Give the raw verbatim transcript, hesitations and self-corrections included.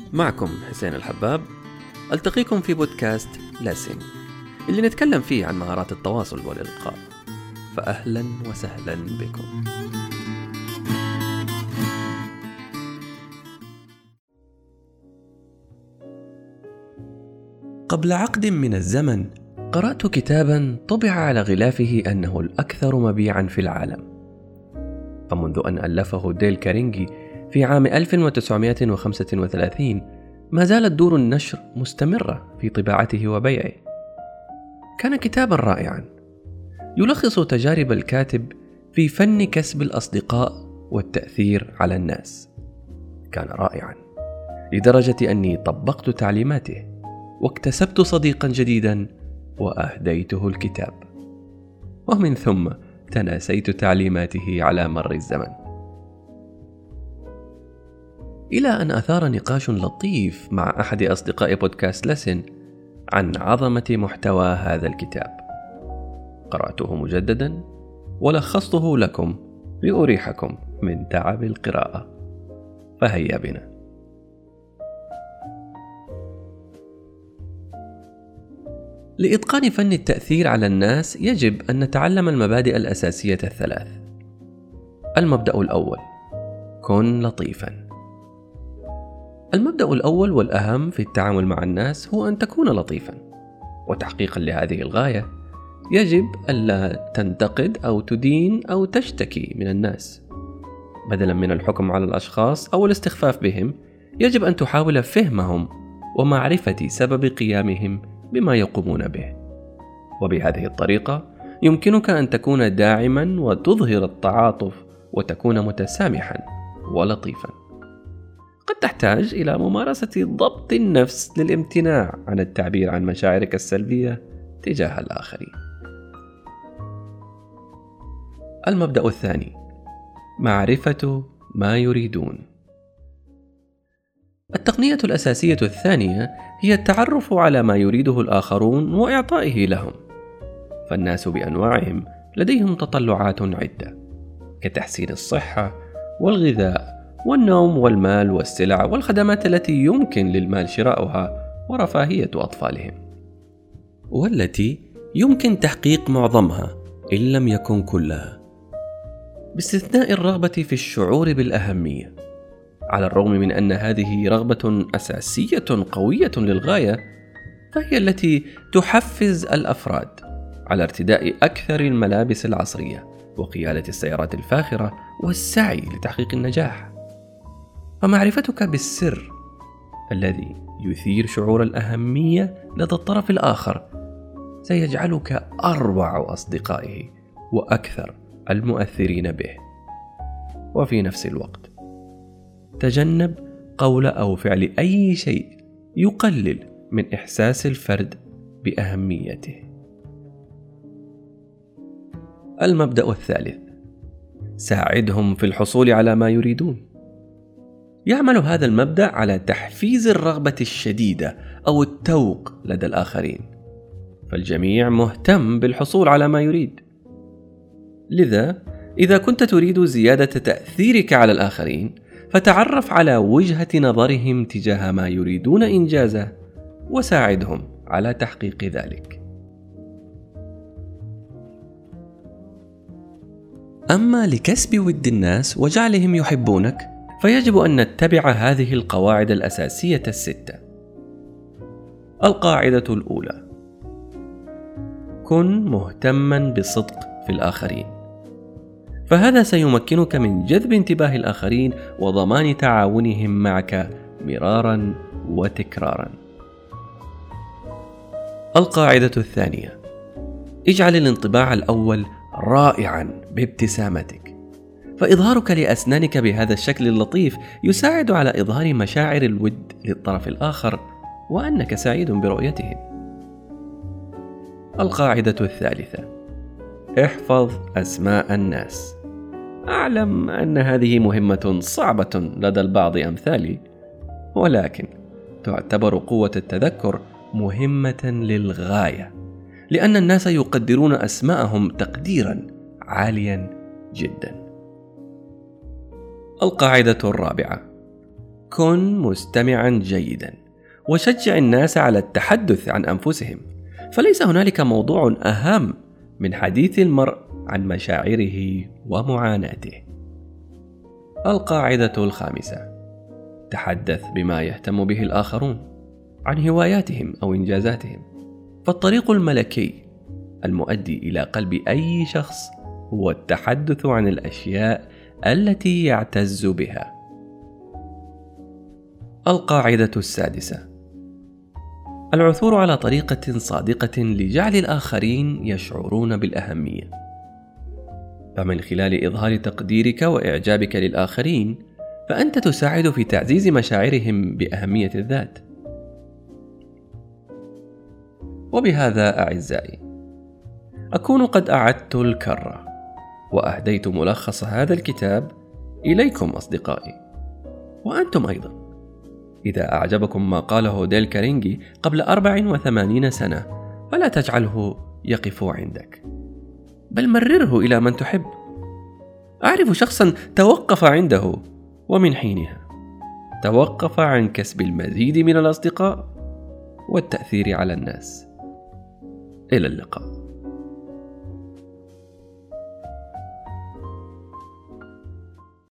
معكم حسين الحباب، ألتقيكم في بودكاست لسن اللي نتكلم فيه عن مهارات التواصل والإلقاء. فأهلا وسهلا بكم. قبل عقد من الزمن قرأت كتابا طبع على غلافه أنه الأكثر مبيعا في العالم. فمنذ أن ألفه ديل كارنيجي في عام ألف وتسعمائة وخمسة وثلاثين ما زالت دور النشر مستمرة في طباعته وبيعه. كان كتابا رائعا يلخص تجارب الكاتب في فن كسب الأصدقاء والتأثير على الناس. كان رائعا لدرجة أني طبقت تعليماته واكتسبت صديقا جديدا وأهديته الكتاب، ومن ثم تناسيت تعليماته على مر الزمن، إلى أن أثار نقاش لطيف مع أحد أصدقاء بودكاست لسن عن عظمة محتوى هذا الكتاب. قرأته مجددا ولخصته لكم لأريحكم من تعب القراءة، فهيا بنا. لإتقان فن التأثير على الناس يجب أن نتعلم المبادئ الأساسية الثلاث. المبدأ الأول: كن لطيفا. المبدأ الأول والأهم في التعامل مع الناس هو أن تكون لطيفا، وتحقيقا لهذه الغاية يجب ألا تنتقد أو تدين أو تشتكي من الناس. بدلا من الحكم على الأشخاص أو الاستخفاف بهم، يجب أن تحاول فهمهم ومعرفة سبب قيامهم بما يقومون به، وبهذه الطريقة يمكنك أن تكون داعما وتظهر التعاطف وتكون متسامحا ولطيفا. قد تحتاج إلى ممارسة ضبط النفس للامتناع عن التعبير عن مشاعرك السلبية تجاه الآخرين. المبدأ الثاني: معرفة ما يريدون. التقنية الأساسية الثانية هي التعرف على ما يريده الآخرون وإعطائه لهم. فالناس بأنواعهم لديهم تطلعات عدة، كتحسين الصحة والغذاء والنوم والمال والسلع والخدمات التي يمكن للمال شراؤها ورفاهية أطفالهم، والتي يمكن تحقيق معظمها إن لم يكن كلها، باستثناء الرغبة في الشعور بالأهمية. على الرغم من أن هذه رغبة أساسية قوية للغاية، فهي التي تحفز الأفراد على ارتداء أكثر الملابس العصرية وقيادة السيارات الفاخرة والسعي لتحقيق النجاح. فمعرفتك بالسر الذي يثير شعور الأهمية لدى الطرف الآخر سيجعلك أروع أصدقائه وأكثر المؤثرين به. وفي نفس الوقت تجنب قول أو فعل أي شيء يقلل من إحساس الفرد بأهميته. المبدأ الثالث: ساعدهم في الحصول على ما يريدون. يعمل هذا المبدأ على تحفيز الرغبة الشديدة أو التوق لدى الآخرين، فالجميع مهتم بالحصول على ما يريد. لذا إذا كنت تريد زيادة تأثيرك على الآخرين، فتعرف على وجهة نظرهم تجاه ما يريدون إنجازه وساعدهم على تحقيق ذلك. أما لكسب ود الناس وجعلهم يحبونك، فيجب أن نتبع هذه القواعد الأساسية الستة. القاعدة الأولى: كن مهتما بصدق في الآخرين، فهذا سيمكنك من جذب انتباه الآخرين وضمان تعاونهم معك مرارا وتكرارا. القاعدة الثانية: اجعل الانطباع الأول رائعا بابتسامتك، فإظهارك لأسنانك بهذا الشكل اللطيف يساعد على إظهار مشاعر الود للطرف الآخر وأنك سعيد برؤيتهم. القاعدة الثالثة: احفظ أسماء الناس. أعلم أن هذه مهمة صعبة لدى البعض أمثالي، ولكن تعتبر قوة التذكر مهمة للغاية، لأن الناس يقدرون أسماءهم تقديرا عاليا جدا. القاعدة الرابعة: كن مستمعا جيدا وشجع الناس على التحدث عن أنفسهم، فليس هنالك موضوع أهم من حديث المرء عن مشاعره ومعاناته. القاعدة الخامسة: تحدث بما يهتم به الآخرون عن هواياتهم أو إنجازاتهم، فالطريق الملكي المؤدي إلى قلب أي شخص هو التحدث عن الأشياء التي يعتز بها. القاعدة السادسة: العثور على طريقة صادقة لجعل الآخرين يشعرون بالأهمية، فمن خلال إظهار تقديرك وإعجابك للآخرين فأنت تساعد في تعزيز مشاعرهم بأهمية الذات. وبهذا أعزائي أكون قد أعدت الكرة وأهديت ملخص هذا الكتاب إليكم أصدقائي، وأنتم أيضا إذا أعجبكم ما قاله ديل كارنيغي قبل أربع وثمانين سنة فلا تجعله يقف عندك، بل مرره إلى من تحب. أعرف شخصا توقف عنده، ومن حينها توقف عن كسب المزيد من الأصدقاء والتأثير على الناس. إلى اللقاء.